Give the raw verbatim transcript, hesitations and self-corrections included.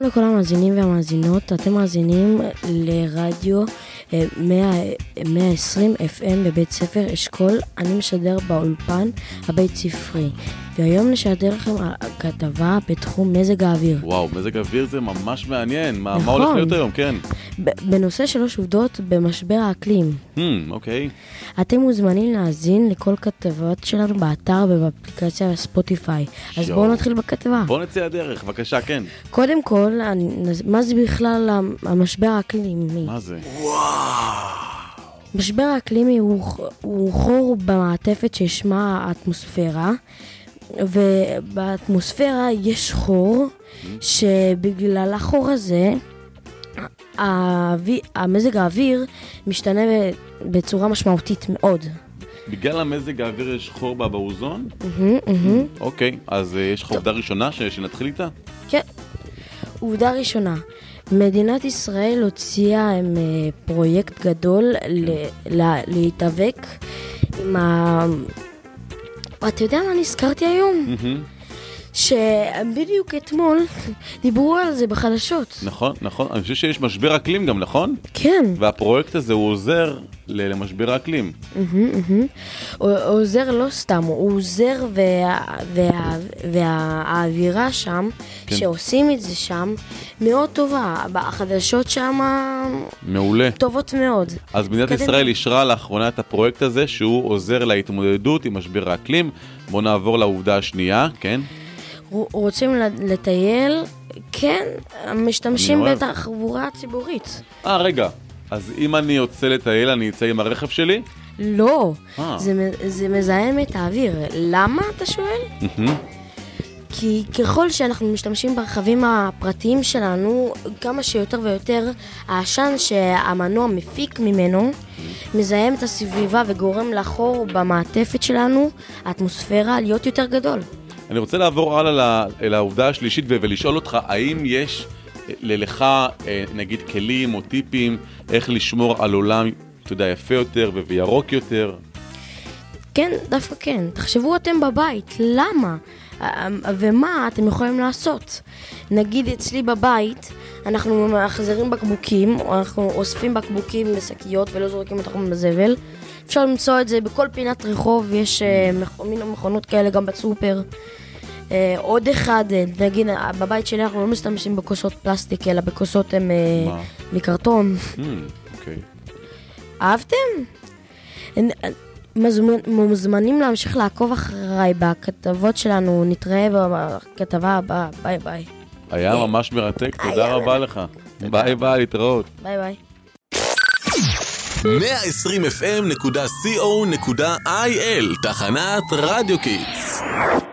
לכל המאזינים והמאזינות, אתם מאזינים לרדיו מאה ועשרים אף אם בבית ספר אשכול. אני משדר באולפן הבית ספרי, והיום נשדר לכם על כתבה בתחום מזג האוויר. וואו, מזג האוויר זה ממש מעניין. מה, נכון. מה הולך להיות היום? כן. בנושא שלוש עובדות במשבר האקלים. Hmm, אוקיי. אתם מוזמנים להאזין לכל כתבות שלנו באתר ובאפליקציה ספוטיפיי. אז שואו. בואו נתחיל בכתבה. בואו נצא הדרך, בבקשה, כן. קודם כל, אני, מה זה בכלל המשבר האקלימי? מה זה? משבר האקלימי הוא, הוא חור במעטפת ששמה האטמוספירה, ובאטמוספירה יש חור שבגלל החור הזה האווי, המזג האוויר משתנה בצורה משמעותית מאוד. בגלל המזג האוויר יש חור באוזון? Mm-hmm, mm-hmm. אוקיי, אז יש לך עובדה ראשונה ש- שנתחיל איתה? כן. עובדה ראשונה. מדינת ישראל הוציאה עם פרויקט גדול ל- ל- להתאבק עם ה... אתה יודע מה נזכרתי היום? שבדיוק אתמול דיברו על זה בחדשות. נכון, נכון. אני חושב שיש משבר אקלים גם, נכון? כן. והפרויקט הזה הוא עוזר ל- למשבר האקלים. הוא עוזר לא סתם, הוא עוזר וה- וה- והאווירה שם, כן. שעושים את זה שם, מאוד טובה. החדשות שם מעולה. טובות מאוד. אז מדינת קדם. ישראל אישרה לאחרונה את הפרויקט הזה שהוא עוזר להתמודדות עם משבר האקלים. בואו נעבור לעובדה השנייה, כן? רוצים לטייל, כן, משתמשים אוהב. בתחבורה ציבורית. אה, רגע. אז אם אני יוצא לטייל, אני אצא עם הרכב שלי? לא, אה. זה, מ- זה מזהם את האוויר. למה, אתה שואל? מהמם. כי ככל שאנחנו משתמשים ברכבים הפרטיים שלנו, כמה שיותר ויותר העשן שהמנוע מפיק ממנו, מזהם את הסביבה וגורם לחור במעטפת שלנו, האטמוספירה, להיות יותר גדול. אני רוצה לעבור הלאה ל- לעובדה השלישית ו- ולשאול אותך, האם יש לך, אה, נגיד, כלים או טיפים, איך לשמור על עולם, אתה יודע, יפה יותר ו- וירוק יותר? כן, דווקא כן. תחשבו אתם בבית, למה? ומה אתם יכולים לעשות? נגיד אצלי בבית, אנחנו מחזירים בקבוקים, או אנחנו אוספים בקבוקים בשקיות ולא זורקים אותם בזבל. אפשר למצוא את זה בכל פינת רחוב, יש uh, מין מכונות כאלה גם בסופר. Uh, עוד אחד, uh, נגיד, uh, בבית שלי אנחנו לא משתמשים בכוסות פלסטיק, אלא בכוסות הם uh, מה? מקרטון. Hmm, אוקיי. אהבתם? מוזמנ- מוזמנים להמשיך לעקוב אחריי בכתבות שלנו, נתראה בכתבה הבאה, ביי ביי. היה ממש מרתק, תודה היה רבה לך. ביי ביי, להתראות. ביי ביי. מאה ועשרים אף אם נקודה סי או נקודה איי אל, תחנת רדיו קיטס.